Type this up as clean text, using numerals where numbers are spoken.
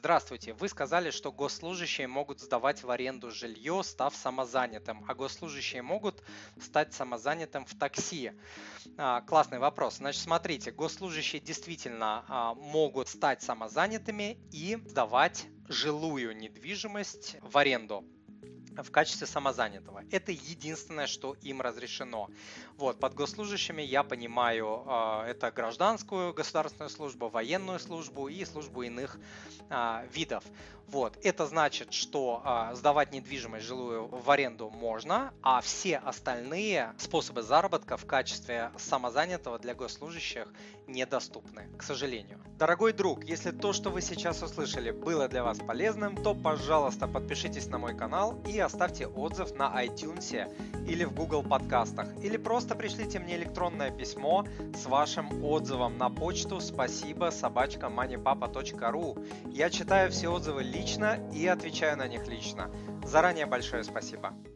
Здравствуйте. Вы сказали, что госслужащие могут сдавать в аренду жилье, став самозанятым, а госслужащие могут стать самозанятым в такси. Классный вопрос. Значит, смотрите, госслужащие действительно могут стать самозанятыми и сдавать жилую недвижимость в аренду в качестве самозанятого. Это единственное, что им разрешено. Вот, под госслужащими я понимаю, это гражданскую государственную службу, военную службу и службу иных видов. Вот, это значит, что сдавать недвижимость жилую в аренду можно, а все остальные способы заработка в качестве самозанятого для госслужащих недоступны, к сожалению. Дорогой друг, если то, что вы сейчас услышали, было для вас полезным, то, пожалуйста, подпишитесь на мой канал и оставьте отзыв на iTunes или в Google подкастах, или просто пришлите мне электронное письмо с вашим отзывом на почту спасибо@moneypapa.ru. Я читаю все отзывы лично и отвечаю на них лично. Заранее большое спасибо.